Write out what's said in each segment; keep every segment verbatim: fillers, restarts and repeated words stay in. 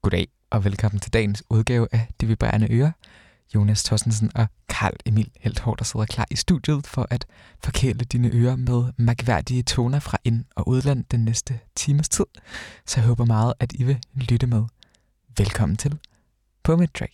Goddag og velkommen til dagens udgave af De Vibrerende Ører. Jonas Thorstensen og Carl Emil Helthaar, der sidder klar i studiet for at forkæle dine ører med mærkværdige toner fra ind- og udland den næste times tid. Så jeg håber meget, at I vil lytte med. Velkommen til på Midtrack.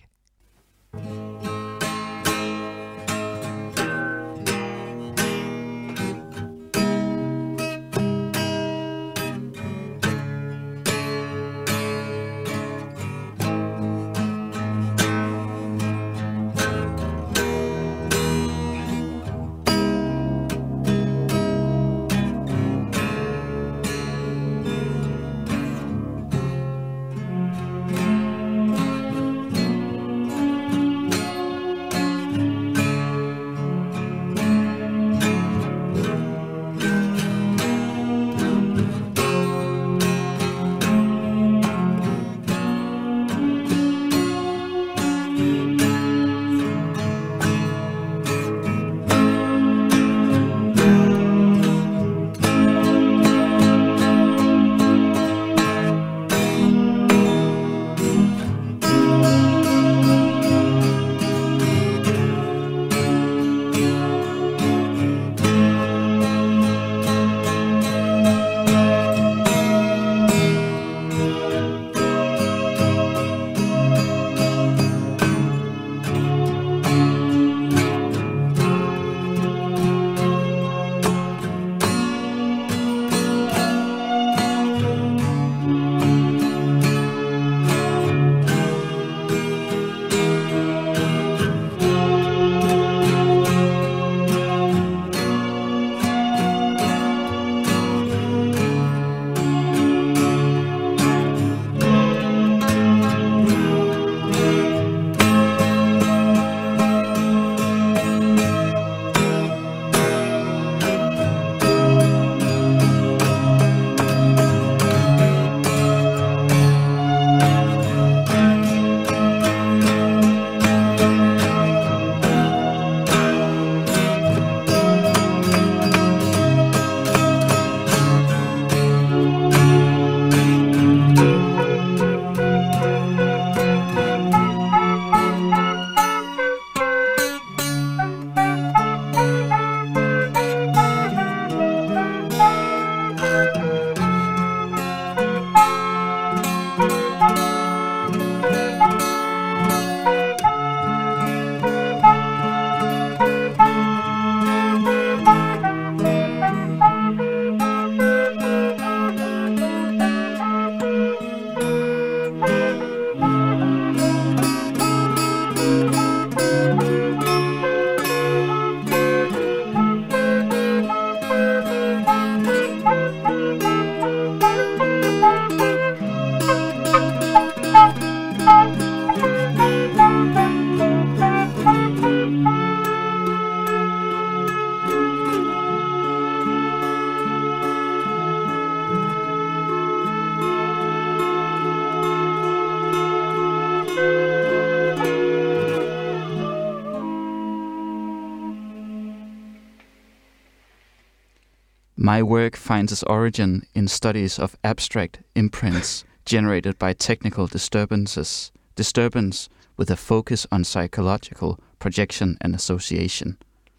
My work finds its origin in studies of abstract imprints generated by technical disturbances, disturbance with a focus on psychological projection and association.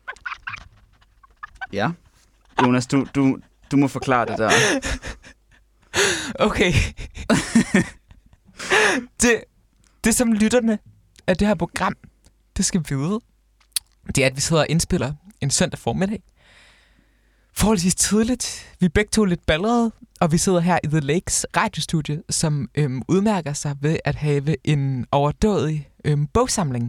Ja, Jonas, du, du, du må forklare det der. Okay. det, det som lytterne af det her program, det skal vide, det er, at vi sidder og indspiller en søndag formiddag. Forholdsvis tidligt. Vi er begge to lidt ballerede, og vi sidder her i The Lakes radiostudie, som øhm, udmærker sig ved at have en overdådig øhm, bogsamling.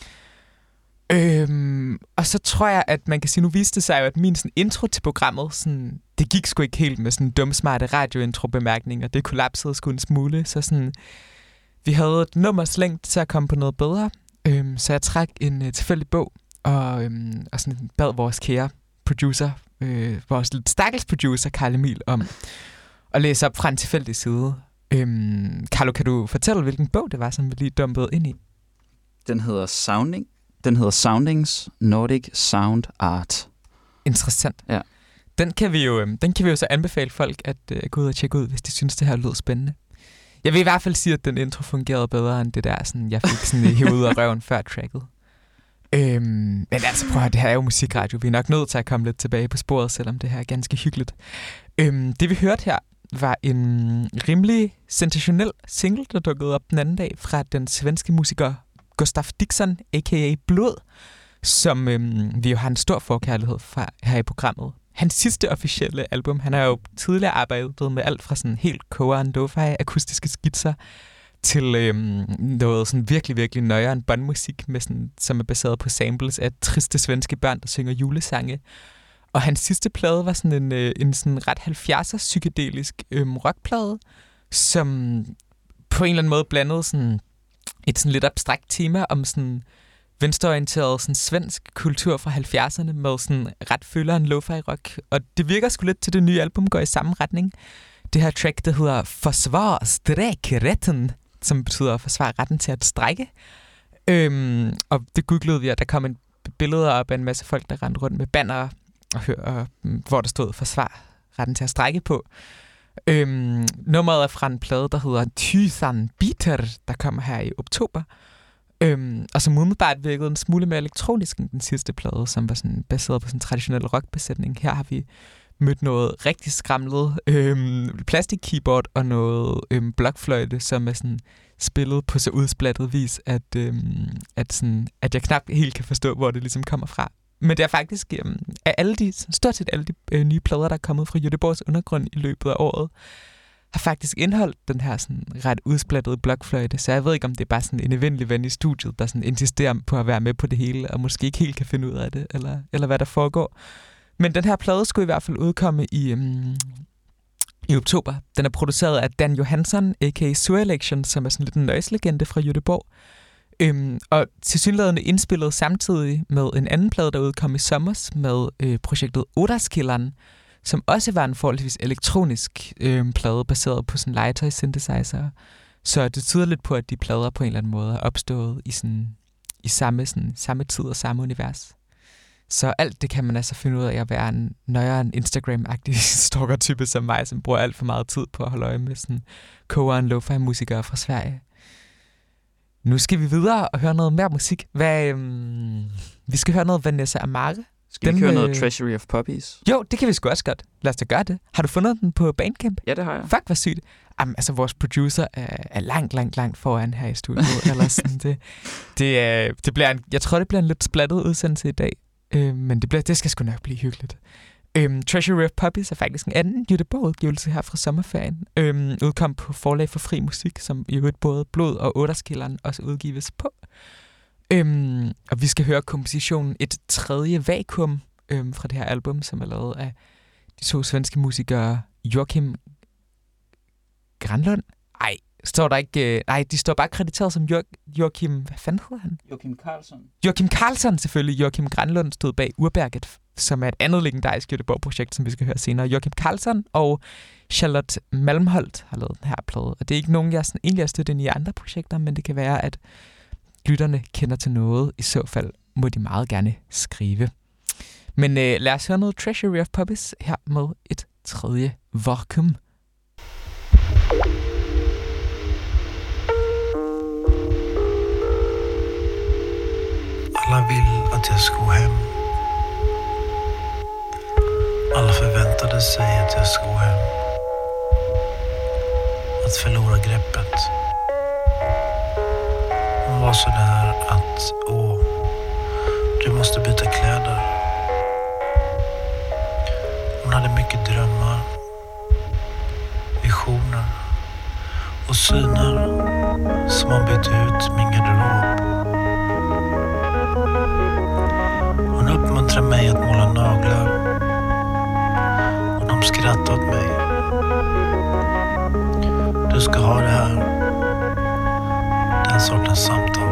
Øhm, og så tror jeg, at man kan sige, nu viste det sig jo, at min sådan, intro til programmet, sådan, det gik sgu ikke helt med sådan dumsmarte radiointro-bemærkninger. Det kollapsede sgu en smule, så sådan, vi havde et nummer slængt til at komme på noget bedre. Øhm, så jeg trak en uh, tilfældig bog, og, øhm, og sådan bad vores kære producer, øh, vores lidt stakkels producer, Carl Emil, om at læse op fra en tilfældig side. Øhm, Carlo, kan du fortælle, hvilken bog det var, som vi lige dumpede ind i? Den hedder Sounding. Den hedder Soundings Nordic Sound Art. Interessant. Ja. Den kan vi jo, den kan vi jo så anbefale folk at uh, gå ud og tjekke ud, hvis de synes, det her lyder spændende. Jeg vil i hvert fald sige, at den intro fungerede bedre end det der, sådan, jeg fik sådan hævet ud af røven før tracket. Øhm, men altså, prøv at høre, det her er jo musikradio. Vi er nok nødt til at komme lidt tilbage på sporet, selvom det her er ganske hyggeligt. Øhm, det vi hørte her var en rimelig sensationel single, der dukkede op den anden dag fra den svenske musiker Gustaf Dixon, a k a. Blod, som øhm, vi jo har en stor forkærlighed fra her i programmet. Hans sidste officielle album, han har jo tidligere arbejdet med alt fra sådan helt coveren, lo-fi, akustiske skitser, til øhm, noget sådan virkelig, virkelig nøjere en båndmusik, med sådan, som er baseret på samples af triste svenske børn, der synger julesange. Og hans sidste plade var sådan en, øh, en sådan ret halvfjerdser psykedelisk øhm, rockplade, som på en eller anden måde blandede sådan et sådan lidt abstrakt tema om sådan venstreorienteret sådan svensk kultur fra halvfjerdserne med sådan ret føleren lo-fi rock. Og det virker sgu lidt til, det nye album går i samme retning. Det her track, der hedder Forsvar strækretten, som betyder forsvare retten til at strække. Øhm, og det googlede vi, og der kom en billeder op af en masse folk, der rendte rundt med banner, og, og, hvor der stod forsvar retten til at strække på. Øhm, nummeret er fra en plade, der hedder Tysan Bitter, der kommer her i oktober. Øhm, og som umiddelbart virkede en smule mere elektronisk end den sidste plade, som var sådan baseret på sådan en traditionel rockbesætning. Her har vi mødt noget rigtig skramlet øhm, plastik-keyboard og noget øhm, blokfløjte, som er sådan spillet på så udsplattet vis, at, øhm, at, sådan, at jeg knap helt kan forstå, hvor det ligesom kommer fra. Men det er faktisk øhm, af alle de, stort set alle de øh, nye plader, der er kommet fra Göteborgs undergrund i løbet af året, har faktisk indholdt den her sådan ret udsplattede blokfløjte. Så jeg ved ikke, om det er bare sådan en eventlig ven i studiet, der sådan insisterer på at være med på det hele, og måske ikke helt kan finde ud af det, eller, eller hvad der foregår. Men den her plade skulle i hvert fald udkomme i, um, i oktober. Den er produceret af Dan Johansson, a k a. Surelection, som er sådan lidt en noise-legende fra Göteborg. Um, og tilsyneladende indspillet samtidig med en anden plade, der udkom i sommer med øh, projektet Odaskilleren, som også var en forholdsvis elektronisk øh, plade, baseret på sådan legetøj-synthesizer. Så det tyder lidt på, at de plader på en eller anden måde er opstået i, sådan, i samme, sådan, samme tid og samme univers. Så alt det kan man altså finde ud af at være en nøjere en Instagram-agtig stalker-type som mig, som bruger alt for meget tid på at holde øje med sådan coveren lo-fi-musikere fra Sverige. Nu skal vi videre og høre noget mere musik. Hvad, øhm, vi skal høre noget Vanessa Amare. Skal vi den, høre noget øh... Treasury of Puppies? Jo, det kan vi sgu også godt. Lad os da gøre det. Har du fundet den på Bandcamp? Ja, det har jeg. Fuck, hvor sygt. Jamen, altså, vores producer er, er langt, langt, langt foran her i studiet. eller sådan, det, det, er, det bliver en, jeg tror, det bliver en lidt splattet udsendelse i dag. Øh, men det, bliver, det skal sgu nok blive hyggeligt. Øhm, Treasury of Puppies er faktisk en anden Göteborg-udgivelse her fra sommerferien. Øhm, udkom på Forlag for Fri Musik, som i øvrigt både Blod og Odaskilleren også udgives på. Øhm, og vi skal høre kompositionen Et tredje vakuum øhm, fra det her album, som er lavet af de to svenske musikere Joakim Granlund. Ej, står der ikke... Øh, nej, de står bare krediteret som jo- Joakim... Hvad fanden hedder han? Joakim Karlsson. Joakim Karlsson, selvfølgelig. Joakim Granlund stod bag Urberget, som er et andet legendarisk Göteborg-projekt, som vi skal høre senere. Joakim Karlsson og Charlotte Malmholt har lavet den her plade. Og det er ikke nogen, jeg sådan, egentlig har støttet ind i andre projekter, men det kan være, at lytterne kender til noget. I så fald må de meget gerne skrive. Men øh, lad os høre noget Treasury of Puppies her med Et tredje vakuum. Alla vill att jag ska gå hem. Alla förväntade sig att jag ska gå hem. Att förlora greppet. Hon var så där att, åh, du måste byta kläder. Hon hade mycket drömmar, visioner och syner som hon bytte ut min garderob. Hon uppmuntrar mig att måla naglar och de skrattar åt mig. Du ska ha det här, den sortens samtal.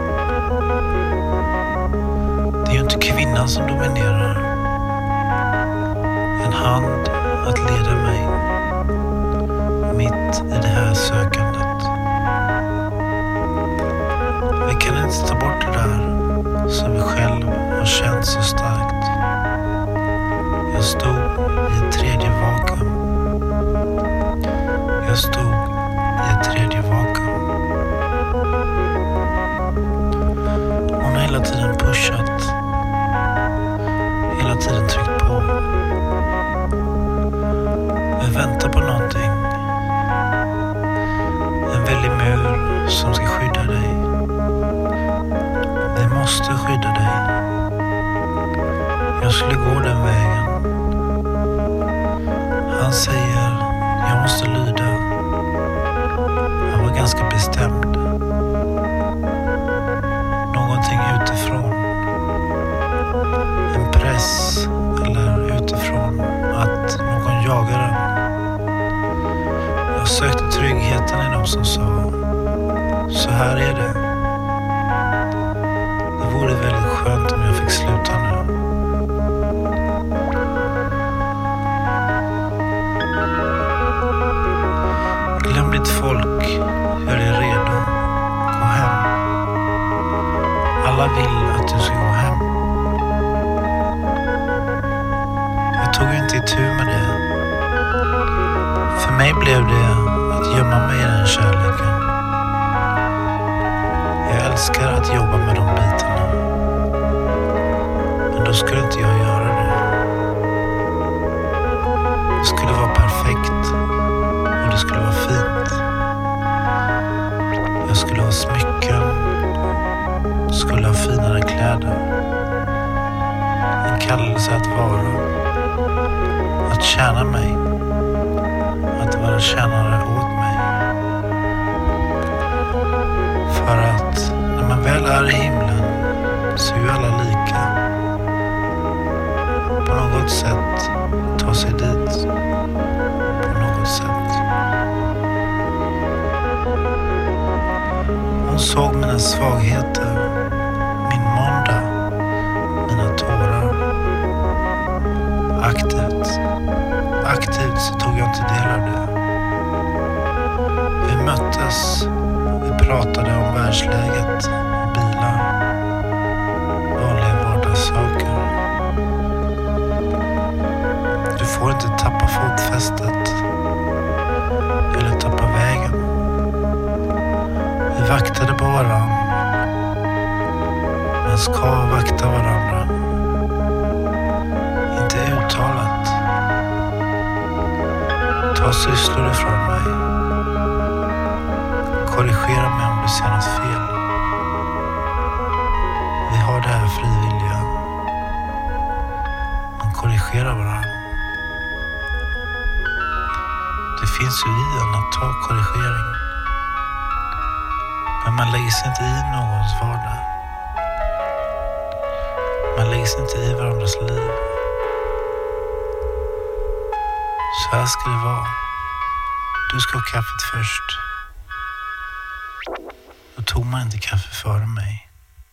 Det är ju inte kvinnan som dominerar. En hand att leda mig mitt i det här sökandet. Vi kan inte ta bort det där som vi själv har känt så starkt. Jag stod i ett tredje vakuum. Jag stod i ett tredje väldig mur som ska skydda dig. Vi måste skydda dig. Jag skulle gå den vägen. Han säger, jag måste lyda. Han var ganska bestämd. Någonting utifrån. En press eller utifrån att någon jagar den. Jag sökte tryggheten i dem som sa, så här är det. Det vore väldigt skönt om jag fick sluta nu. Glöm ditt folk, gör dig redo, gå hem. Alla vill att du ska gå hem. Jag tog inte itu med det. För mig blev det att gömma mig i den kärleken. Jag älskar att jobba med de bitarna. Men då skulle inte jag göra det. Det skulle vara perfekt. Och det skulle vara fint. Jag skulle ha smycken. Skulle ha finare kläder. En kallelse att vara. Att tjäna mig. Att vara tjänare åt mig. För att när man väl är i himlen så är ju alla lika. På något sätt ta sig dit. På något sätt. Hon såg mina svagheter. Min måndag. Mina tårar. Aktivt. Aktivt så tog jag inte del av det. Vi möttes. Vi pratade om världsläget. Bilar. Vanliga vardagssaker. Du får inte tappa fotfästet. Eller tappa vägen. Vi vaktade på varann. Men ska vakta varandra. Inte uttalat. Ta sysslor ifrån mig. Korrigera mig om du ser något fel. Vi har det här frivilliga. Man korrigerar varandra. Det finns ju i en att ta korrigering. Men man lägger sig inte i någons vardag. Man lägger sig inte i varandras liv. Så här ska det vara. Du ska ha kaffet först. Då tog man inte kaffe före mig.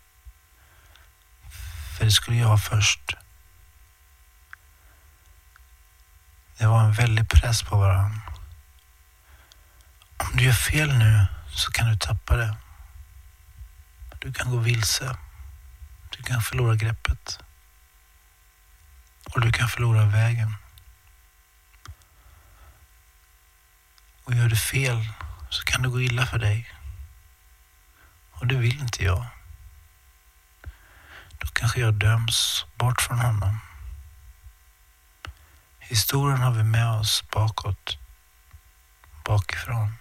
För det skulle jag ha först. Det var en väldig press på varann. Om du gör fel nu så kan du tappa det. Du kan gå vilse. Du kan förlora greppet. Och du kan förlora vägen. Och gör du fel så kan det gå illa för dig. Och det vill inte jag. Då kanske jag döms bort från honom. Historien har vi med oss bakåt. Bakifrån.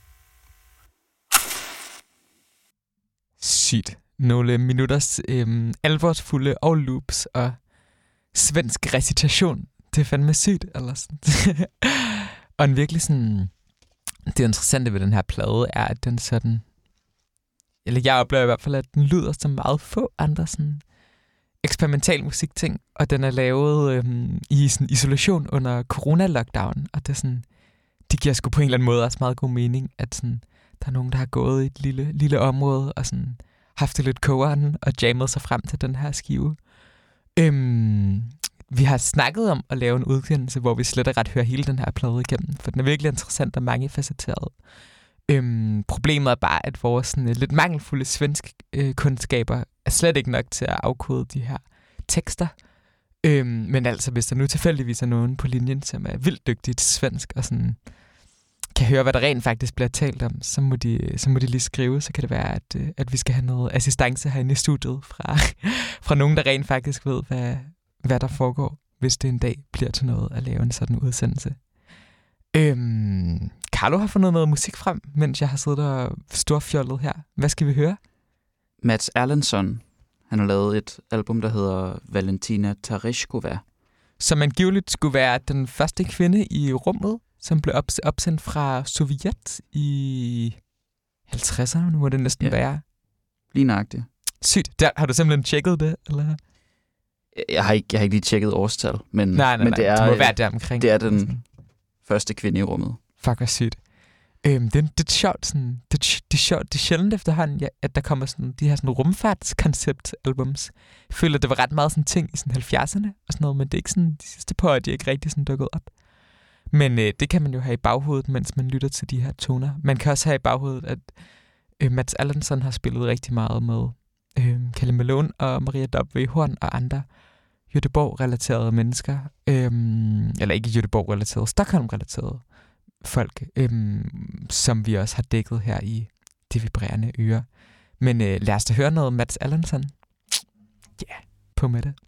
Sygt. Nogle minutters øhm, alvorsfulde og loops og svensk recitation. Det er fandme sygt, eller sådan. Og en virkelig sådan... Det interessante ved den her plade er, at den sådan... Eller jeg oplever i hvert fald, at den lyder som meget få andre sådan eksperimental musikting. Og den er lavet øhm, i sådan isolation under corona-lockdown. Og det er sådan... Det giver sgu på en eller anden måde også meget god mening, at sådan, der er nogen, der har gået i et lille, lille område og sådan haft det lidt kogeren og jammet sig frem til den her skive. Øhm, vi har snakket om at lave en udsendelse, hvor vi slet og ret hører hele den her plade igennem, for den er virkelig interessant og mangefacetteret. Øhm, problemet er bare, at vores sådan, lidt mangelfulde svensk øh, kundskaber er slet ikke nok til at afkode de her tekster. Øhm, men altså, hvis der nu tilfældigvis er nogen på linjen, som er vildt dygtige til svensk, og sådan kan høre, hvad der rent faktisk bliver talt om, så må de, så må de lige skrive. Så kan det være, at, at vi skal have noget assistance herinde i studiet fra, fra nogen, der rent faktisk ved, hvad, hvad der foregår, hvis det en dag bliver til noget at lave en sådan udsendelse. Øhm, Carlo har fundet noget musik frem, mens jeg har siddet og storfjollet her. Hvad skal vi høre? Mats Erlandsson, han har lavet et album, der hedder Valentina Tereshkova. Som angiveligt skulle være den første kvinde i rummet, som blev ops- opsendt fra Sovjet i halvtredserne, nu må det næsten Ja. være. Lige nøjagtigt. Sygt. Der, har du simpelthen tjekket det, eller? Jeg har ikke, jeg har ikke lige tjekket årstal, men, Nej, nej, men nej. det, er, det må være der omkring. det er den første kvinde i rummet. Fuck, hvor sygt. Øhm, det, det er sjovt, sådan, det, det, er sjovt, det er sjældent efterhånden, ja, at der kommer sådan, de her sådan rumfartskoncept-albums. Jeg føler, at det var ret meget sådan ting i sådan halvfjerdserne og sådan noget, men det er ikke sådan, de sidste par år, de er ikke rigtig sådan dukket op. Men øh, det kan man jo have i baghovedet, mens man lytter til de her toner. Man kan også have i baghovedet, at øh, Mats Erlandsson har spillet rigtig meget med øh, Kalle Malone og Maria W. Horn og andre Göteborg-relaterede mennesker. Øh, eller ikke Göteborg-relaterede, Stockholm-relaterede folk, øhm, som vi også har dækket her i Det Vibrerende Øre. Men øh, lad os da høre noget Mats Erlandsson. Ja, yeah, på med det.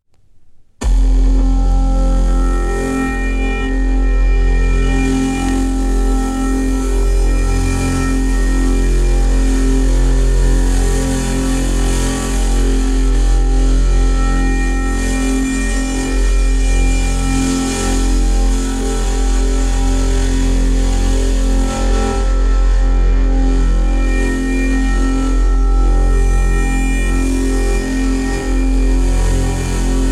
Thank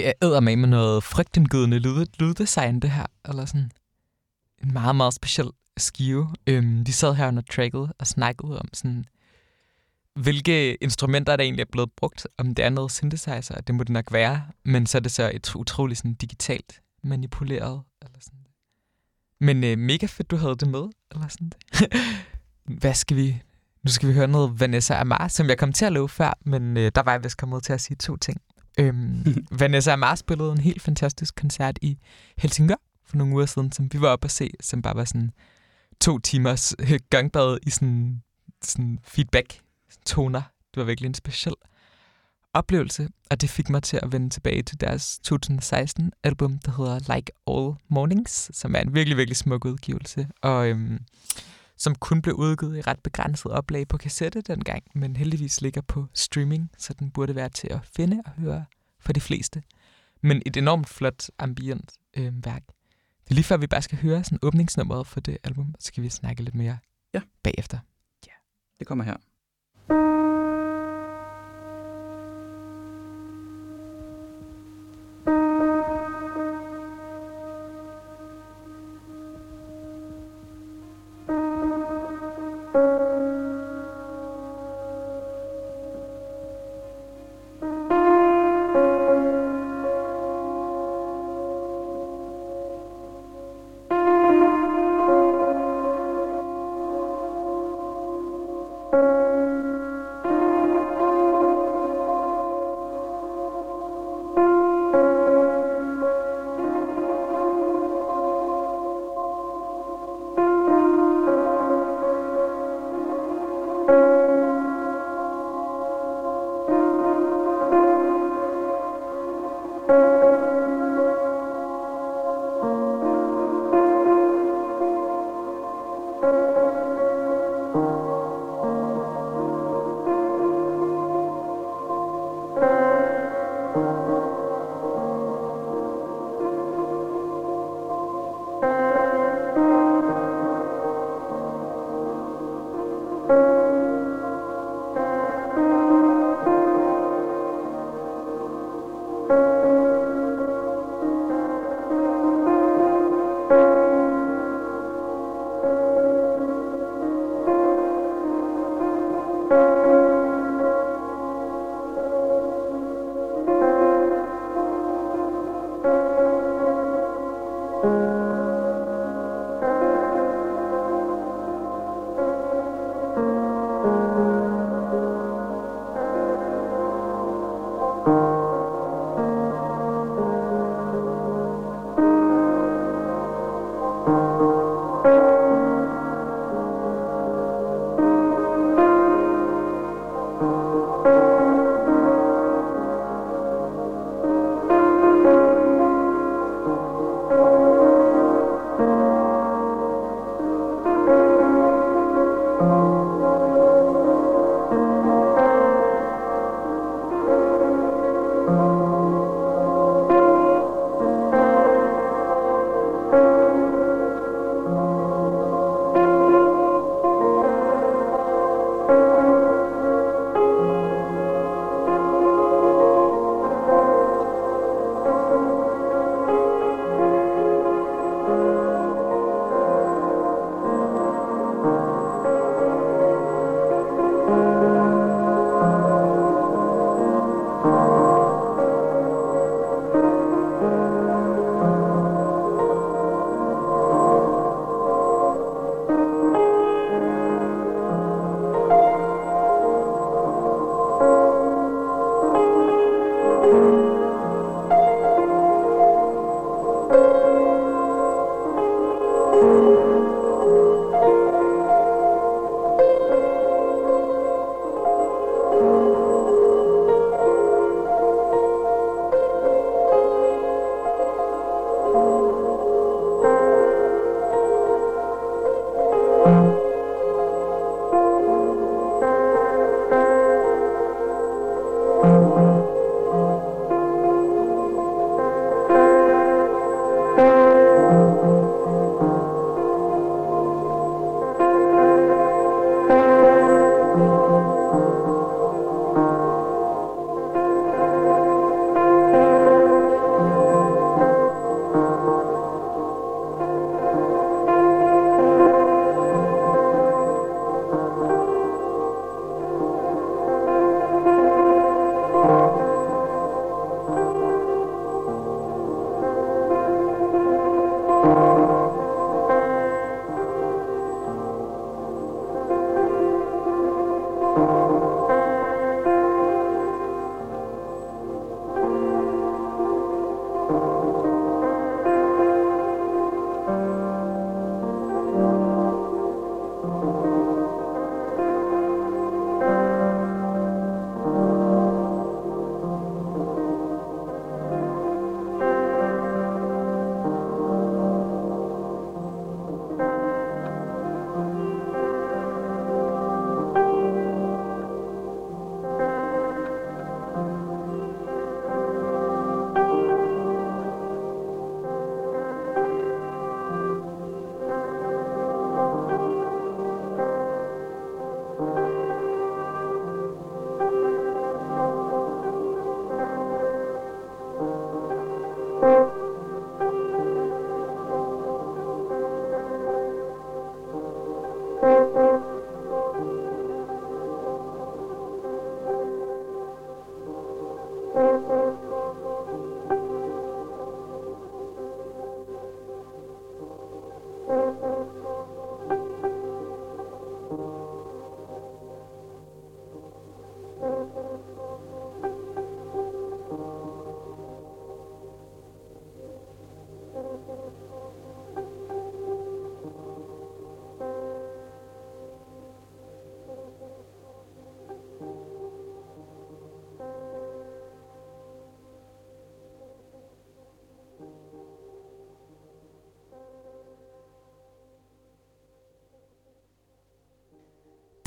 er eddermame med noget frygtindgydende lyd, lyddesign, det her. Eller sådan en meget, meget speciel skive. Øhm, de sad her under tracket og snakkede om sådan, hvilke instrumenter der egentlig er blevet brugt. Om det er noget synthesizer, det må det nok være. Men så er det så et utroligt sådan digitalt manipuleret. Eller sådan. Men øh, mega fedt, du havde det med. Eller sådan. Hvad skal vi... Nu skal vi høre noget Vanessa Amar, som jeg kom til at love før, men øh, der var jeg vist kommet til at sige to ting. Øhm, Vanessa Amar spillede en helt fantastisk koncert i Helsingør for nogle uger siden, som vi var oppe at se, som bare var sådan to timers øh, gangbad i sådan, sådan feedback-toner. Det var virkelig en speciel oplevelse, og det fik mig til at vende tilbage til deres to tusind og seksten-album, der hedder Like All Mornings, som er en virkelig, virkelig smuk udgivelse, og øhm, som kun blev udgivet i ret begrænset oplag på kassette dengang, men heldigvis ligger på streaming, så den burde være til at finde og høre for de fleste. Men et enormt flot ambient øh, værk. Det er lige før, vi bare skal høre sådan åbningsnummeret for det album, så skal vi snakke lidt mere ja. bagefter. Ja, det kommer her.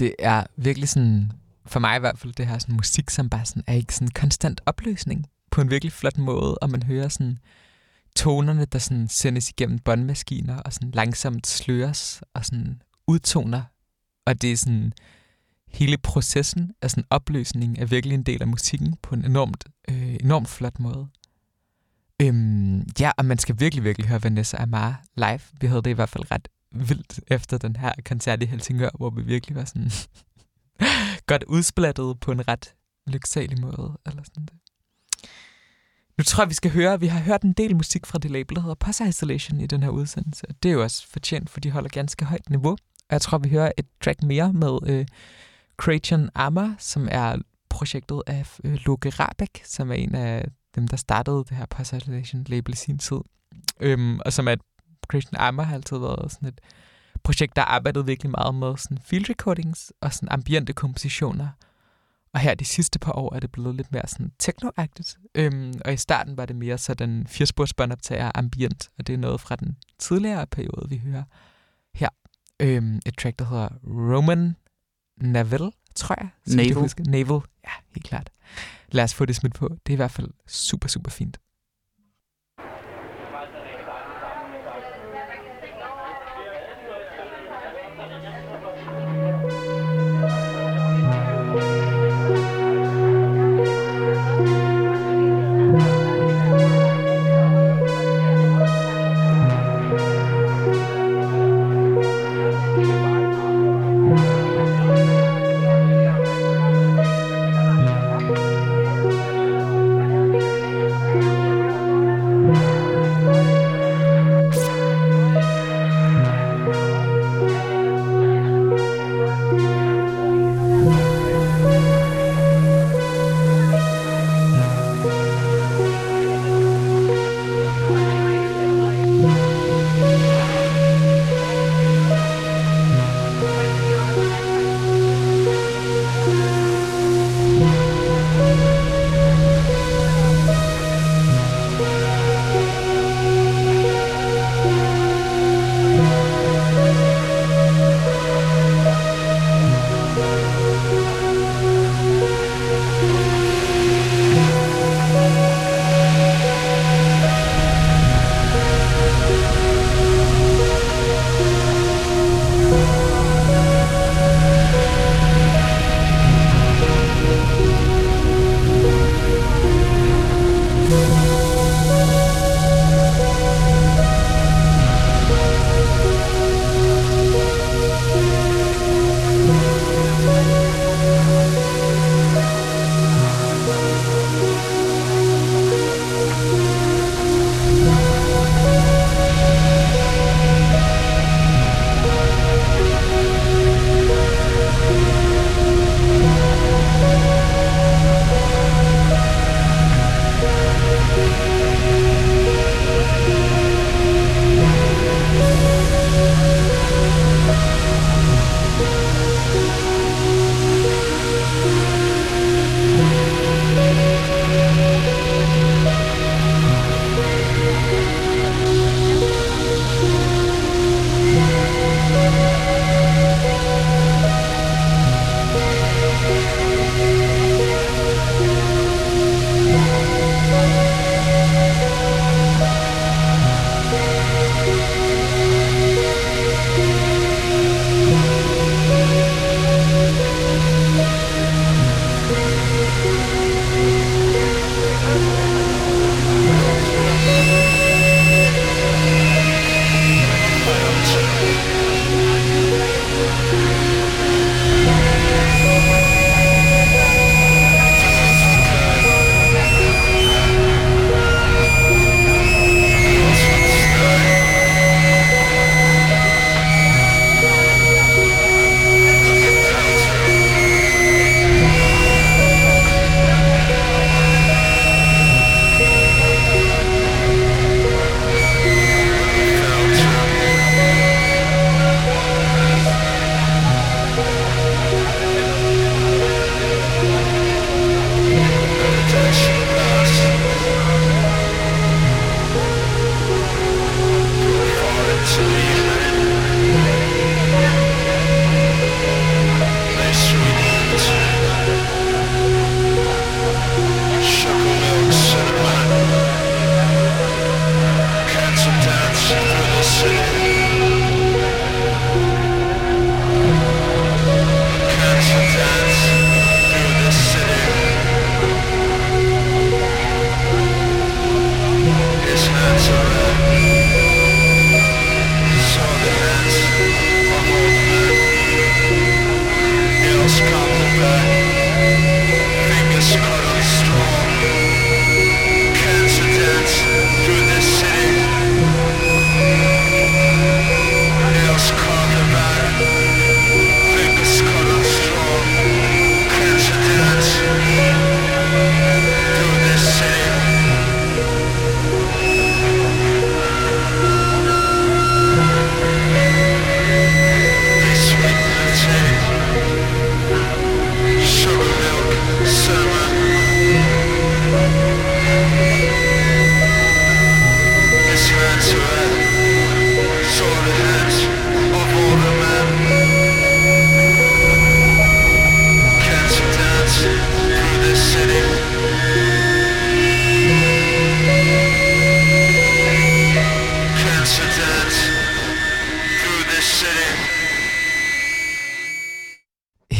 det er virkelig sådan, for mig i hvert fald, det her sådan musik, som bare sådan er i sådan konstant opløsning på en virkelig flot måde, og man hører sådan tonerne, der sådan sendes igennem båndmaskiner og sådan langsomt sløres og sådan udtoner, og det er sådan hele processen af sådan opløsning er virkelig en del af musikken på en enormt, øh, enormt flot måde. Øhm, ja, og man skal virkelig, virkelig høre Vanessa Amar live. Vi havde det i hvert fald ret vildt efter den her koncert i Helsingør, hvor vi virkelig var sådan godt udsplattet på en ret lyksalig måde. Eller sådan det. Nu tror jeg, vi skal høre, vi har hørt en del musik fra det label, der hedder Pulse Isolation i den her udsendelse. Det er jo også fortjent, for de holder ganske højt niveau. Og jeg tror, vi hører et track mere med øh, Christian Amar, som er projektet af øh, Loke Rabeck, som er en af dem, der startede det her Pulse Isolation label i sin tid. Øhm, og som er et, Christian Amar har altid været sådan et projekt, der arbejdede virkelig meget med sådan field recordings og sådan ambiente kompositioner. Og her de sidste par år er det blevet lidt mere sådan techno-agtigt. Øhm, og i starten var det mere sådan firespors båndoptager ambient, og det er noget fra den tidligere periode, vi hører her. Øhm, et track, der hedder Roman Navel, tror jeg. Navel. Navel, ja, helt klart. Lad os få det smidt på. Det er i hvert fald super, super fint.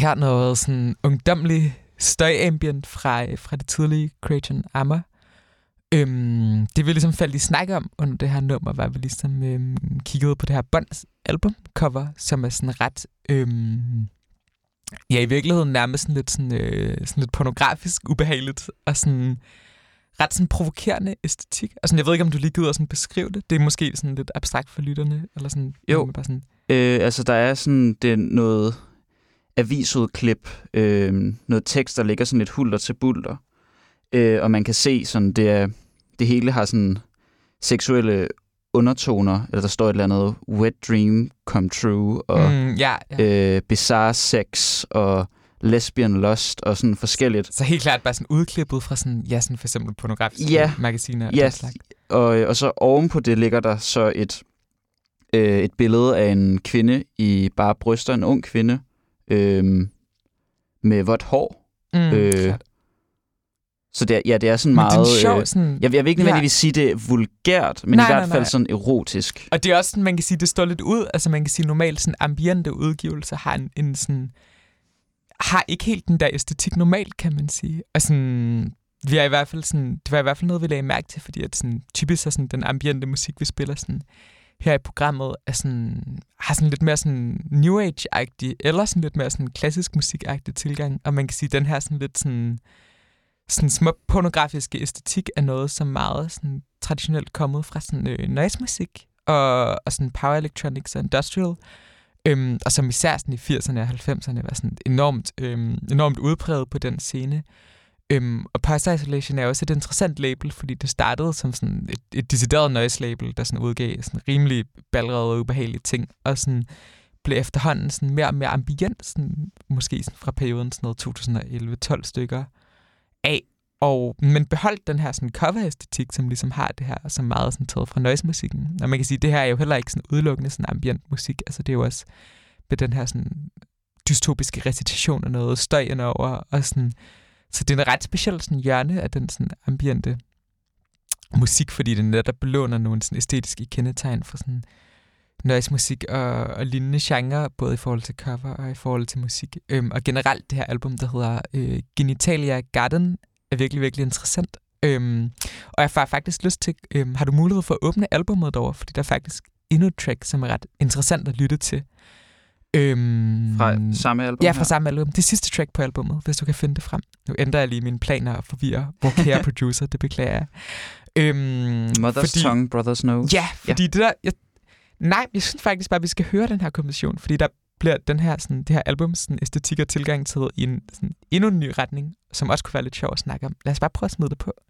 her noget sådan ungdomlig støjambient fra, fra det tidlige Creation Armor. Øhm, det vi ligesom faldt i snak om under det her nummer, var vi ligesom øhm, kiggede på det her Bonds albumcover, som er sådan ret, øhm, ja i virkeligheden nærmest sådan lidt, sådan, øh, sådan lidt pornografisk ubehageligt, og sådan ret sådan provokerende æstetik. Altså jeg ved ikke, om du lige gider sådan beskrive det. Det er måske sådan lidt abstrakt for lytterne, eller sådan. Jo, bare sådan. Øh, altså der er sådan det er noget avisudklip, øh, noget tekst, der ligger sådan lidt hulter til bulter. Øh, og man kan se sådan, det, er, det hele har sådan seksuelle undertoner, eller der står et eller andet wet dream come true, og mm, ja, ja. Øh, bizarre sex, og lesbian lust, og sådan forskelligt. Så helt klart bare sådan udklippet fra sådan, ja, sådan for eksempel pornografiske ja, magasiner. Ja, og, og så ovenpå det ligger der så et, øh, et billede af en kvinde i bare bryster, en ung kvinde, øh, med vådt hår. Mm, øh, så det er, ja, det er sådan men meget... det er sjov, sådan, jeg, jeg vil ikke nødvendigvis ja. sige, det er vulgært, men nej, i hvert nej, fald nej. sådan erotisk. Og det er også sådan, man kan sige, det står lidt ud. Altså man kan sige, normalt sådan ambiente udgivelser har en, en sådan... har ikke helt den der æstetik normalt, kan man sige. Og sådan... Vi er i hvert fald sådan, det var i hvert fald noget, vi lagde mærke til, fordi at sådan, typisk er sådan, den ambiente musik, vi spiller sådan, her i programmet, er sådan, har sådan lidt mere sådan New Age-agtig, eller sådan lidt mere sådan klassisk musik-agtig tilgang. Og man kan sige, den her sådan lidt sådan, sådan små pornografiske æstetik er noget, som meget sådan traditionelt kommet fra sådan øh, noise-musik og, og sådan power electronics og industrial. Øhm, og som især sådan i firserne og halvfemserne var sådan enormt, øhm, enormt udpræget på den scene. Øhm, og Parasite Isolation er også et interessant label, fordi det startede som sådan et, et decideret noise-label, der sådan udgav sådan rimelig ballerede og ubehagelige ting, og sådan blev efterhånden sådan mere og mere ambient, sådan, måske sådan fra perioden sådan noget to tusind og elleve tolv stykker af, og, men beholdt den her sådan cover-æstetik, som ligesom har det her, og som meget sådan taget fra noise-musikken. Og man kan sige, at det her er jo heller ikke sådan udelukkende sådan ambient musik, altså det er jo også med den her sådan dystopiske recitation og noget støjen over, og sådan. Så det er en ret speciel sådan hjørne af den sådan ambiente musik, fordi det netop belåner nogle sådan æstetiske kendetegn for sådan noise-musik og, og lignende genre, både i forhold til cover og i forhold til musik. Øhm, og generelt det her album, der hedder øh, Genitalia Garden, er virkelig, virkelig interessant. Øhm, og jeg får faktisk lyst til, øhm, har du mulighed for at åbne albumet derovre, fordi der er faktisk endnu et track, som er ret interessant at lytte til. Øhm, fra samme album? Ja, fra her. samme album. Det sidste track på albumet, hvis du kan finde det frem. Nu ændrer jeg lige mine planer og forvirrer hvor kære producer, det beklager jeg. Øhm, Mother's fordi, Tongue, Brother's Nose. Ja, fordi ja. det der... Jeg, nej, jeg synes faktisk bare, at vi skal høre den her komposition, fordi der bliver den her, sådan, det her album sådan, æstetik og tilgang til i en sådan, endnu en ny retning, som også kunne være lidt sjov at snakke om. Lad os bare prøve at smide det på.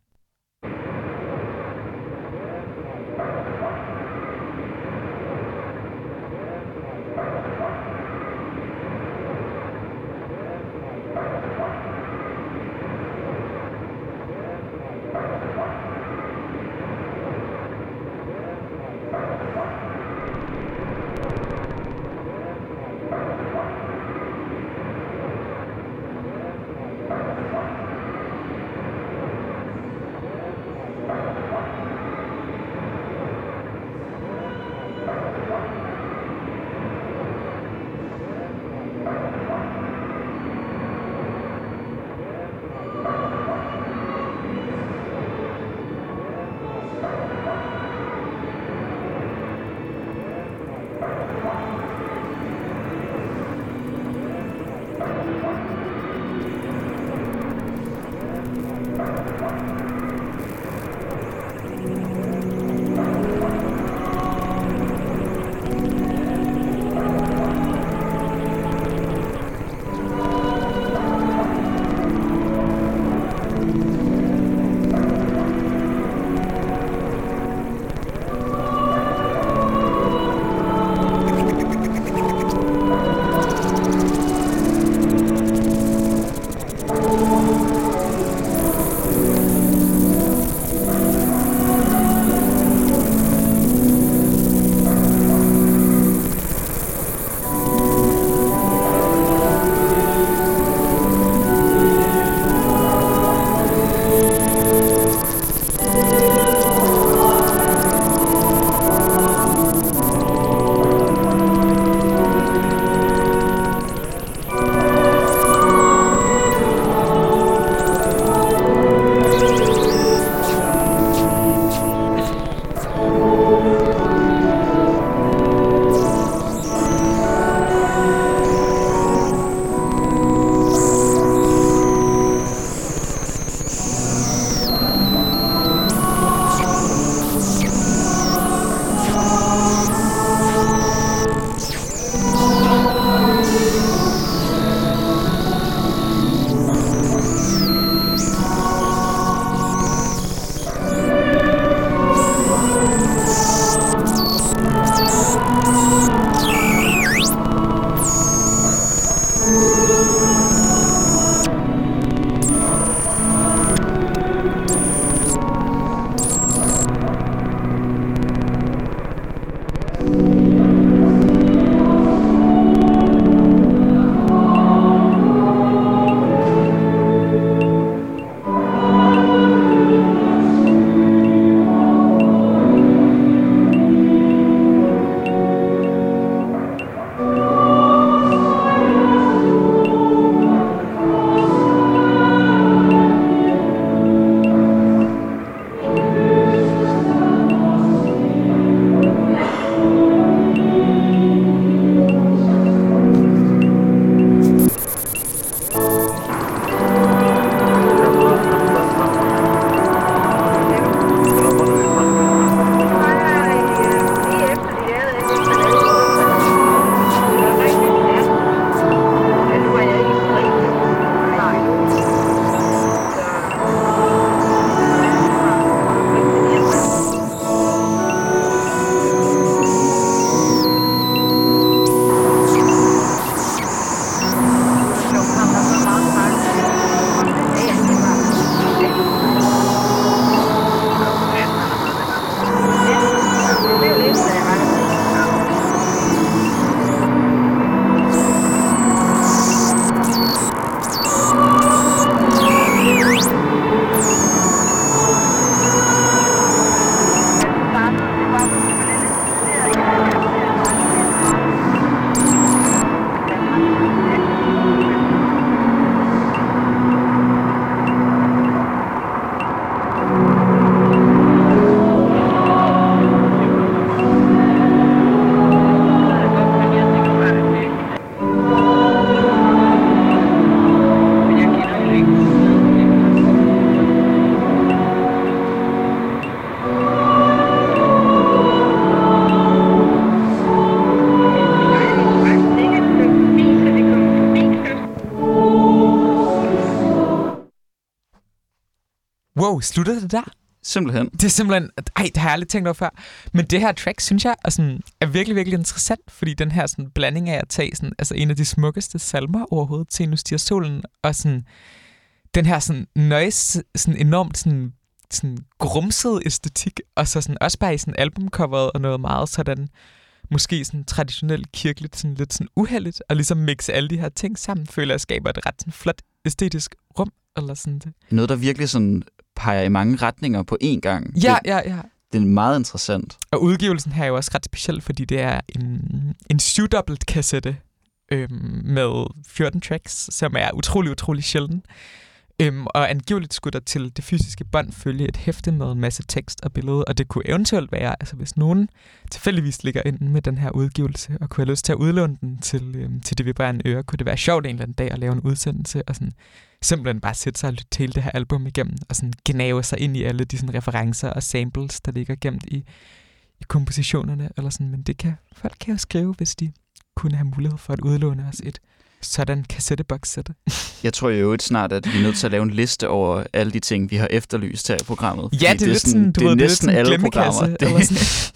Og slutter det der? Simpelthen. Det er simpelthen... Ej, det har jeg aldrig tænkt over før. Men det her track, synes jeg, er, sådan, er virkelig, virkelig interessant, fordi den her sådan, blanding af at tage sådan, altså, en af de smukkeste salmer overhovedet til Nu stiger solen, og sådan, den her sådan, noise, sådan enormt sådan, sådan, grumset æstetik, og så sådan, også bare i sådan, albumcoveret og noget meget sådan, måske sådan traditionelt kirkeligt, sådan lidt sådan uheldigt, og ligesom mixe alle de her ting sammen, føler jeg skaber et ret sådan, flot æstetisk rum, eller sådan det. Noget, der virkelig sådan peger i mange retninger på én gang. Ja, det, ja, ja. Det er meget interessant. Og udgivelsen her er jo også ret speciel, fordi det er en, en syv-dobbelt kassette øhm, med fjorten tracks, som er utrolig, utrolig sjælden. Øhm, og angiveligt skulle der til det fysiske bånd følge et hæfte med en masse tekst og billede, og det kunne eventuelt være, altså hvis nogen tilfældigvis ligger inde med den her udgivelse, og kunne have lyst til at udlåne den til, øhm, til det vibrerende øre, kunne det være sjovt en eller anden dag at lave en udsendelse, og sådan simpelthen bare sætte sig og lytte til det her album igennem, og sådan gnave sig ind i alle de sådan, referencer og samples, der ligger gemt i, i kompositionerne, eller sådan. Men det kan folk kan jo skrive, hvis de kunne have mulighed for at udlåne os et sådan kassettebox-sæt. Jeg tror jo et snart, at vi er nødt til at lave en liste over alle de ting, vi har efterlyst her i programmet. Ja, det er, det er lidt sådan, du det er ved, næsten det er alle programmer. Det. Eller sådan.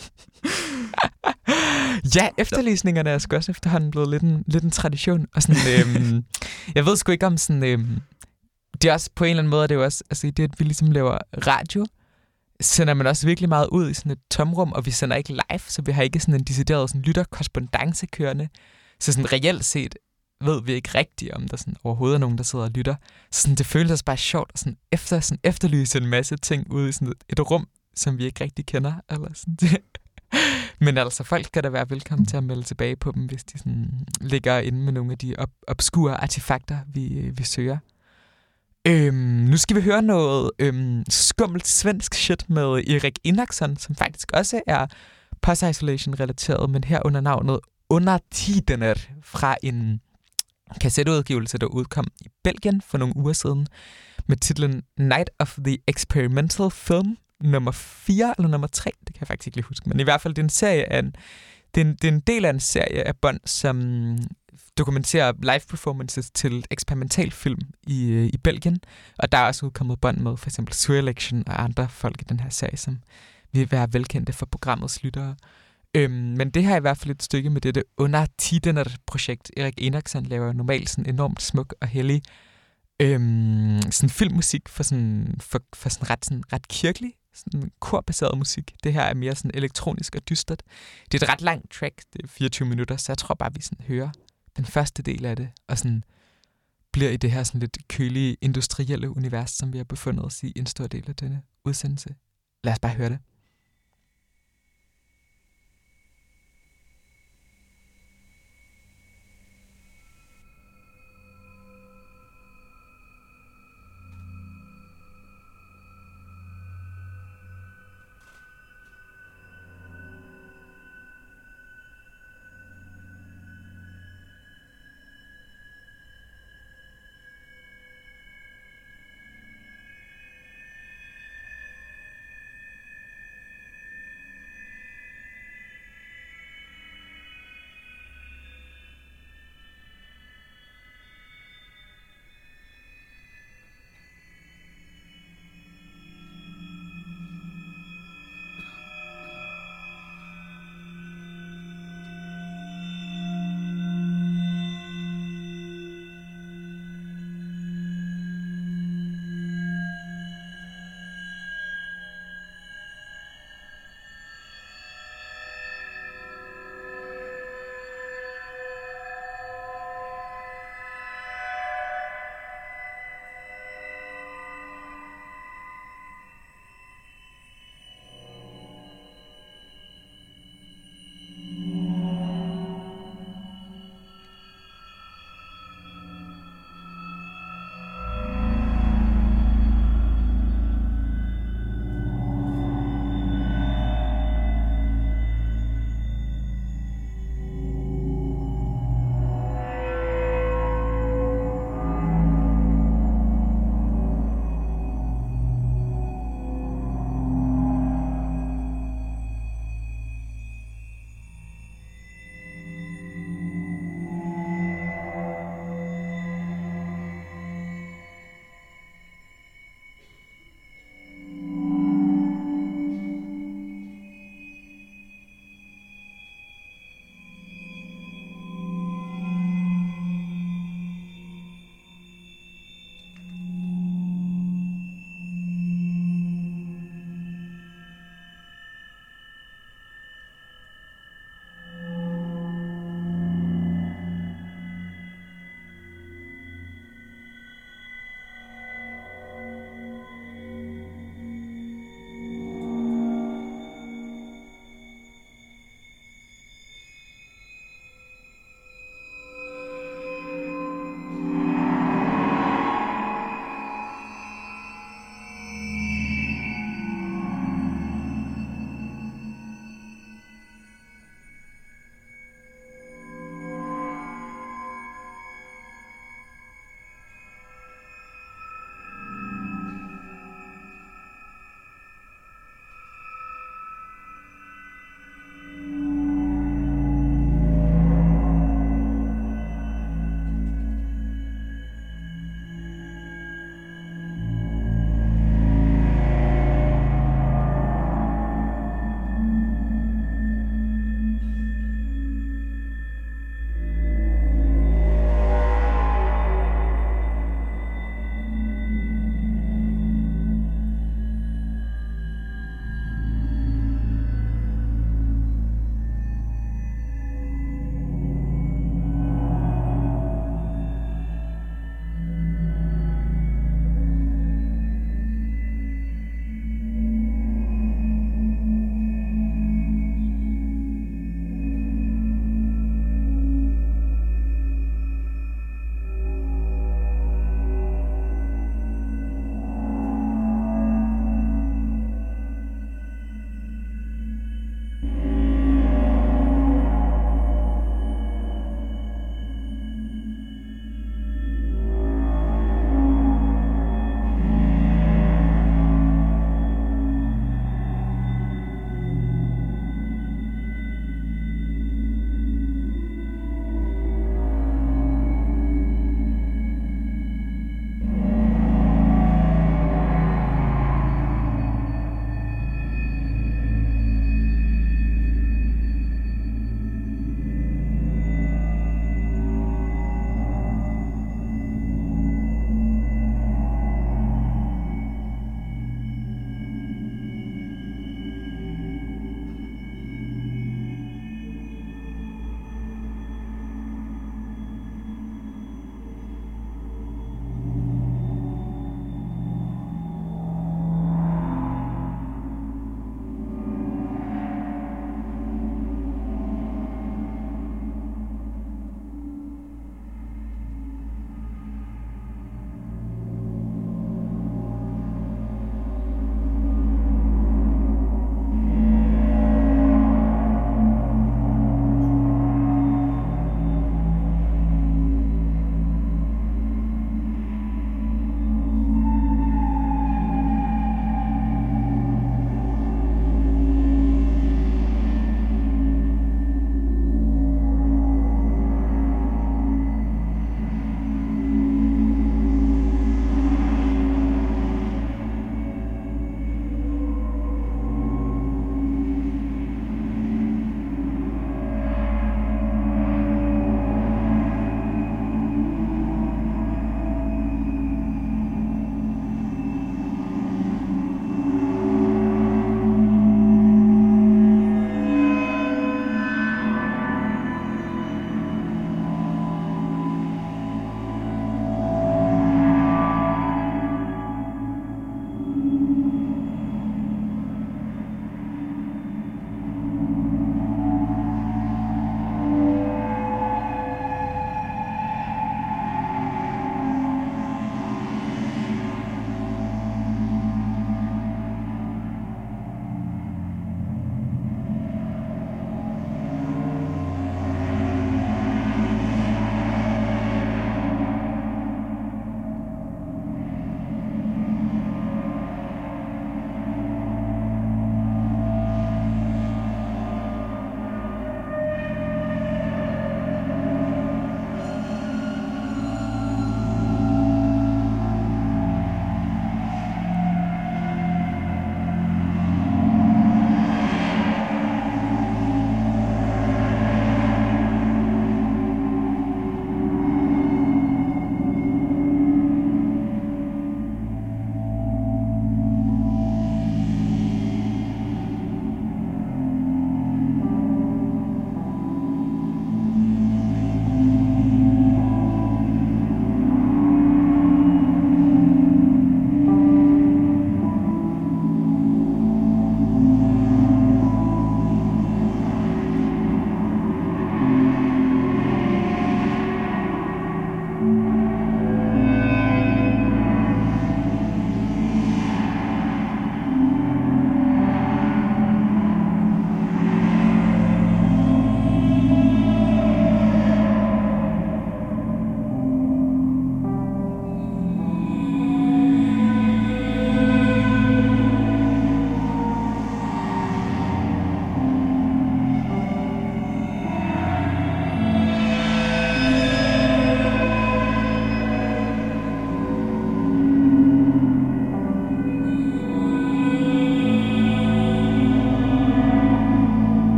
Ja, efterlysningerne er sgu også efterhånden blevet lidt en, lidt en tradition. Og sådan, øhm, jeg ved sgu ikke om sådan... Øhm, det er også på en eller anden måde, det er jo også... Altså det, at vi ligesom laver radio, sender man også virkelig meget ud i sådan et tomrum, og vi sender ikke live, så vi har ikke sådan en decideret sådan lytterkorrespondance kørende. Så sådan reelt set ved vi ikke rigtigt, om der sådan overhovedet er nogen, der sidder og lytter. Så sådan, det føles også bare sjovt at sådan efter, sådan efterlyse en masse ting ude i sådan et, et rum, som vi ikke rigtig kender. Eller sådan det. Men altså, folk skal da være velkommen til at melde tilbage på dem, hvis de sådan ligger inde med nogle af de ob- obskure artefakter, vi, vi søger. Øhm, nu skal vi høre noget øhm, skummelt svensk shit med Erik Enaksson, som faktisk også er post-isolation-relateret, men her under navnet Under Tidener fra en kassetteudgivelse, der udkom i Belgien for nogle uger siden, med titlen Night of the Experimental Film, nummer fire eller nummer tre, det kan jeg faktisk ikke lige huske, men i hvert fald det er en serie af en, det er en, det er en del af en serie af bånd, som dokumenterer live performances til eksperimentalfilm i, i Belgien, og der er også udkommet bånd med for eksempel Surelection og andre folk i den her serie, som vil være velkendte for programmets lyttere. Øhm, men det her er i hvert fald et stykke med dette Under Tidener-projekt. Erik Enaksson laver normalt sådan enormt smuk og hellig øhm, sådan filmmusik for sådan, for, for sådan ret, sådan ret kirkelig, sådan korbaseret musik. Det her er mere sådan elektronisk og dystert. Det er et ret langt track, det er fireogtyve minutter, så jeg tror bare, vi sådan hører den første del af det, og sådan bliver i det her sådan lidt kølige, industrielle univers, som vi har befundet os i en stor del af denne udsendelse. Lad os bare høre det.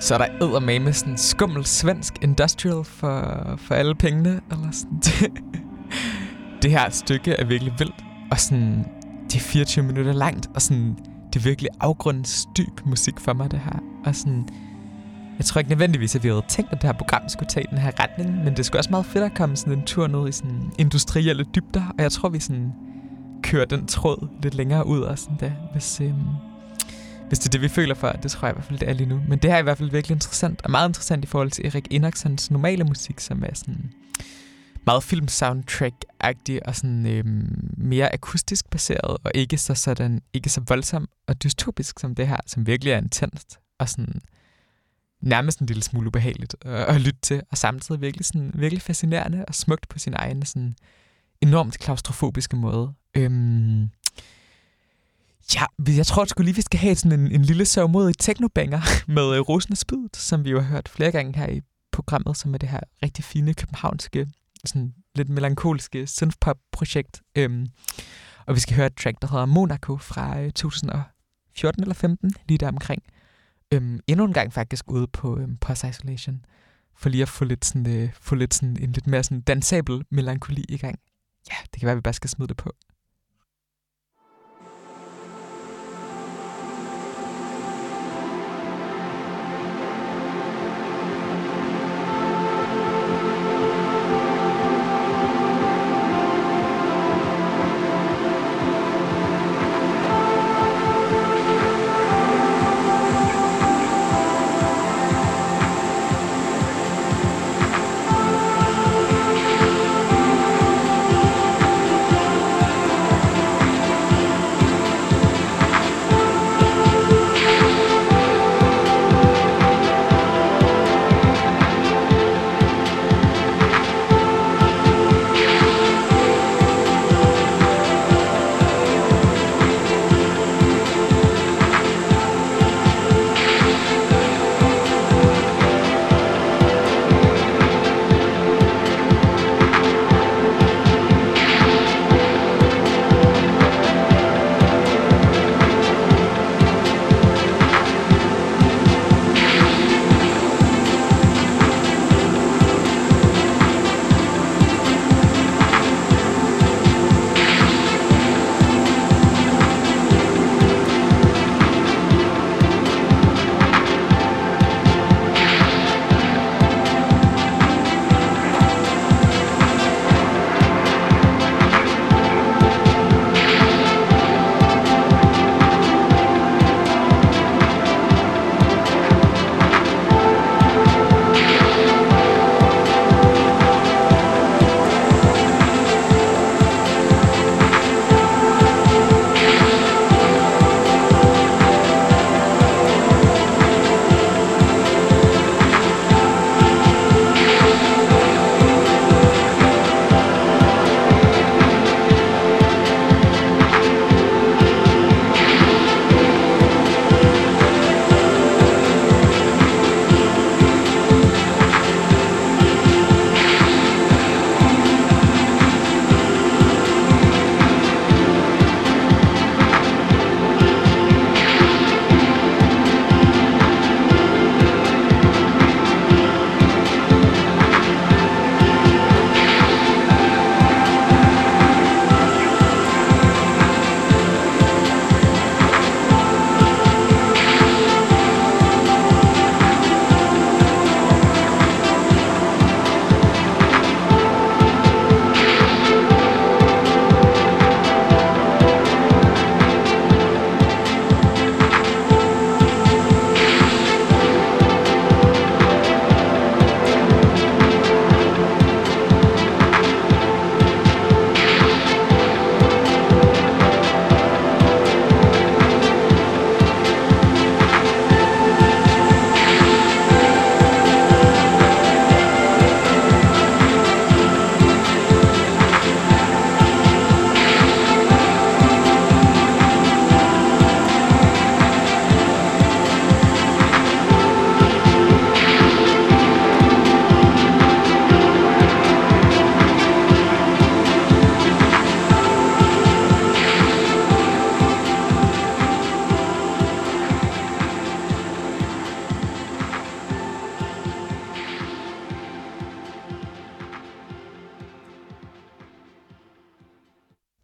Så er der eddermame sådan en skummel svensk industrial for, for alle pengene. Eller sådan. Det, det her stykke er virkelig vildt. Og sådan, det er fireogtyve minutter langt. Og sådan, det er virkelig afgrundsdyb musik for mig, det her. Og sådan, jeg tror ikke nødvendigvis, at vi havde tænkt, at det her program skulle tage den her retning. Men det skulle også meget fedt at komme sådan en tur ned i sådan industrielle dybder. Og jeg tror, vi sådan kører den tråd lidt længere ud. Og sådan der, hvis... Øhm, Hvis det er det, vi føler for, det tror jeg i hvert fald, det er lige nu. Men det her er i hvert fald virkelig interessant, og meget interessant i forhold til Erik Enoksons normale musik, som er sådan meget film-soundtrack-agtig og sådan øhm, mere akustisk baseret, og ikke så sådan, ikke så voldsom og dystopisk som det her, som virkelig er intenst og sådan nærmest en lille smule ubehageligt at, at lytte til, og samtidig virkelig sådan virkelig fascinerende og smukt på sin egen sådan enormt klaustrofobiske måde. Øhm, Ja, jeg tror sgu lige, vi skal have sådan en, en lille sørgmodig technobanger med uh, Rosen og Spydet, som vi jo har hørt flere gange her i programmet, som er det her rigtig fine københavnske, sådan lidt melankoliske synthpop-projekt. Øhm, og vi skal høre et track, der hedder Monaco fra uh, to tusind og fjorten eller femten, lige der omkring. Øhm, endnu en gang faktisk ude på um, Post Isolation, for lige at få lidt sådan, uh, få lidt sådan en lidt mere sådan dansabel melankoli i gang. Ja, det kan være, at vi bare skal smide det på.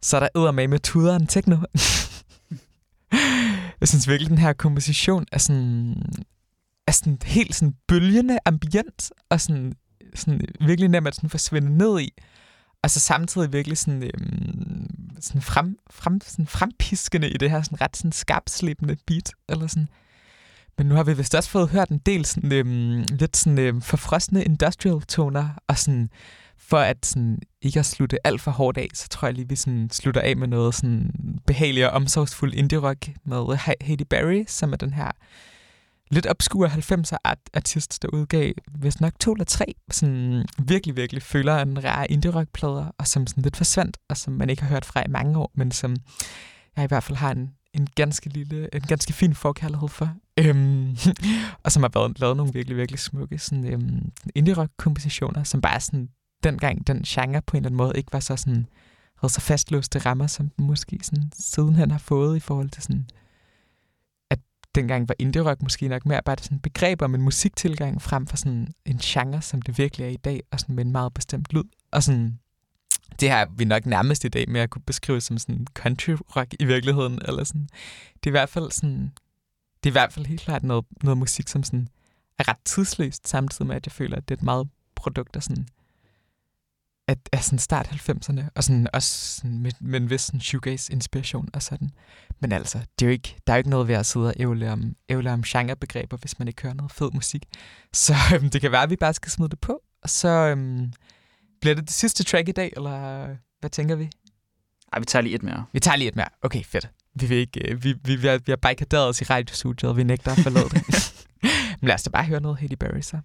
så er der eddermame med tuderen techno. Jeg synes virkelig, den her komposition er sådan, er sådan helt sådan bølgende ambient, og sådan, sådan virkelig nemt at sådan forsvinde ned i. Og så samtidig virkelig sådan, øhm, sådan, frem, frem, sådan frempiskende i det her sådan ret sådan skarpslebende beat. Eller sådan. Men nu har vi vist også fået hørt en del sådan, øhm, lidt sådan, øhm, forfrosne industrial toner, og sådan, for at sådan, ikke at slutte alt for hårdt af, så tror jeg lige, vi sådan, slutter af med noget sådan behageligt og omsorgsfuld indie-rock med Hailey Berry, som er den her lidt obskure halvfemser artist, der udgav vist nok to eller tre, sådan virkelig, virkelig føler en rar indie-rock-plader, og som sådan lidt forsvandt, og som man ikke har hørt fra i mange år, men som jeg i hvert fald har en, en ganske lille, en ganske fin forkærlighed for. Øhm, og som har været, lavet nogle virkelig, virkelig smukke sådan, øhm, indie-rock-kompositioner, som bare sådan dengang den genre på en eller anden måde ikke var så sådan, havde så fastlåste rammer, som den måske sådan sidenhen har fået i forhold til sådan, at dengang var indie-rock måske nok mere bare sådan begreb om en musiktilgang frem for sådan en genre, som det virkelig er i dag, og sådan med en meget bestemt lyd. Og sådan, det har vi nok nærmest i dag med at kunne beskrive som sådan country rock i virkeligheden, eller sådan. Det er i hvert fald sådan, det er i hvert fald helt klart noget, noget musik, som sådan er ret tidsløst, samtidig med, at jeg føler, at det er et meget produkt af sådan, at er sådan start halvfemserne, og sådan også sådan med, med en vis sådan shoegaze-inspiration og sådan. Men altså, det er jo ikke, der er jo ikke noget ved at sidde og ævle om, ævle om genrebegreber, hvis man ikke hører noget fed musik. Så øhm, det kan være, at vi bare skal smide det på, og så øhm, bliver det det sidste track i dag, eller hvad tænker vi? Ej, vi tager lige et mere. Vi tager lige et mere. Okay, fedt. Vi, vil ikke, øh, vi, vi, vi, har, vi har barrikaderet os i radiostudiet, og vi nægter at forlade det. Men lad os da bare høre noget Hailey Berry, så.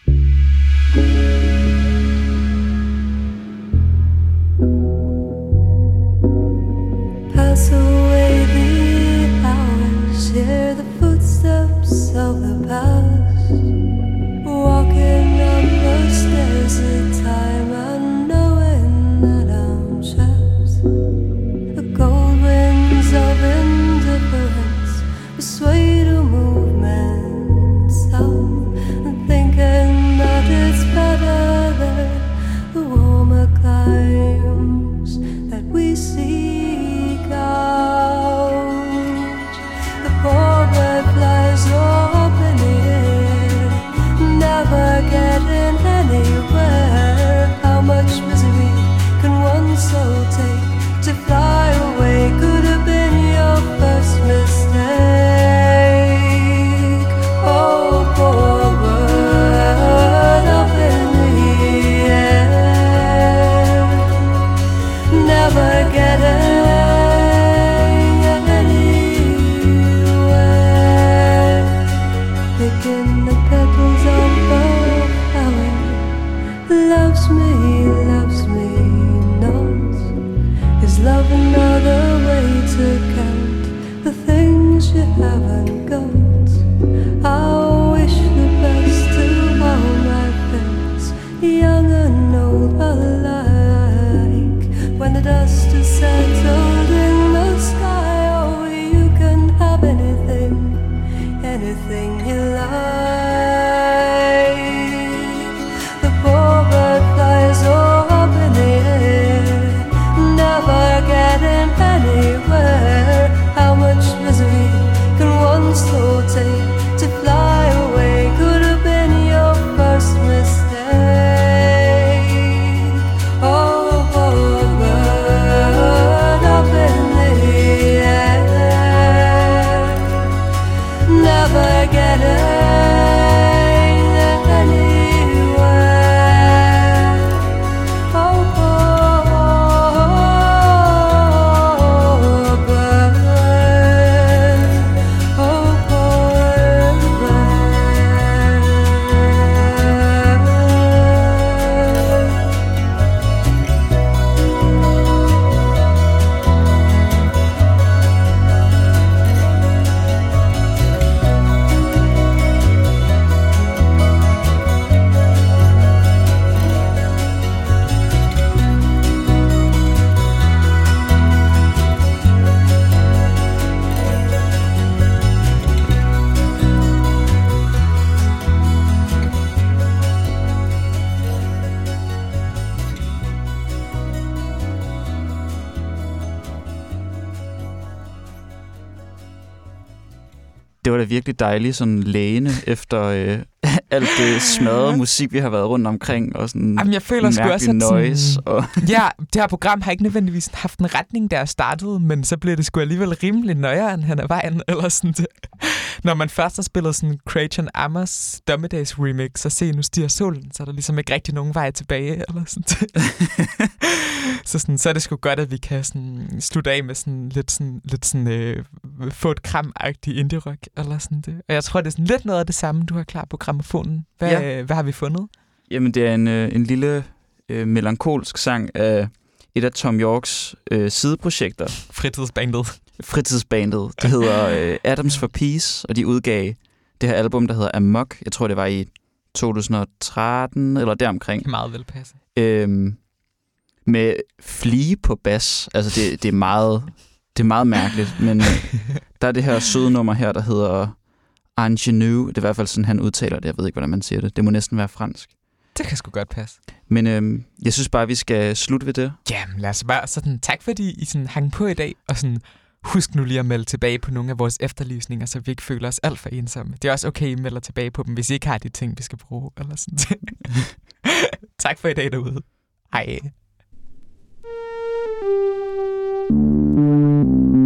Pass away the hours, hear the footsteps of the past, walking up the stairs at time and knowing that I'm trapped. The cold winds of indifference persuade to movement south, and thinking that it's better there, the warmer climes that we seek out. The poor bird flies up in the air, never getting anywhere. How much misery can one soul take? To fly away could have been your first mistake. Oh, poor bird up in the air, never getting anywhere. Picking the petals of the flower, loves me, loves me not. Is love another way to count the things you haven't got? I wish the best to all my friends, young and old alike. When the dust is settled in the sky, oh, you can have anything, anything you like. The poor bird flies up in the air, never getting anywhere. How much misery can one soul take? To fly away could have been your first mistake. Oh, poor bird up in det var da virkelig dejligt, sådan lægende efter øh, alt det smadrede musik, vi har været rundt omkring, og sådan Jamen, jeg føler sgu også, at noise. Sådan, og ja, det her program har ikke nødvendigvis haft en retning, der er startet, men så bliver det sgu alligevel rimelig nøjere hen ad vejen, eller sådan det. Når man først har spillet sådan Creighton Amers Dommedags remix, og se, nu stiger solen, så er der ligesom ikke rigtig nogen vej tilbage, eller sådan det. så, sådan, så er det sgu godt, at vi kan sådan slutte af med sådan lidt sådan, lidt sådan øh, få et kram-agtigt indie-rock, eller sådan det. Og jeg tror, det er sådan lidt noget af det samme, du har klar på grammofonen. Hvad, ja. øh, hvad har vi fundet? Jamen, det er en, øh, en lille øh, melankolsk sang af et af Tom Yorks øh, sideprojekter. Fritidsbandet. Fritidsbandet. Det hedder øh, Atoms for Peace, og de udgav det her album, der hedder Amok. Jeg tror, det var i to tusind og tretten, eller deromkring. Det er meget velpasse. Øhm, med Flea på bas. Altså, det, det, er meget, det er meget mærkeligt, men øh, der er det her søde nummer her, der hedder Ingenue. Det er i hvert fald sådan, han udtaler det. Jeg ved ikke, hvordan man siger det. Det må næsten være fransk. Det kan sgu godt passe. Men øhm, jeg synes bare, vi skal slutte ved det. Jamen, lad os bare sådan, tak fordi I sådan hang på i dag, og sådan, husk nu lige at melde tilbage på nogle af vores efterlysninger, så vi ikke føler os alt for ensomme. Det er også okay, at I melder tilbage på dem, hvis I ikke har de ting, vi skal bruge. Eller sådan. Tak for i dag derude. Hej.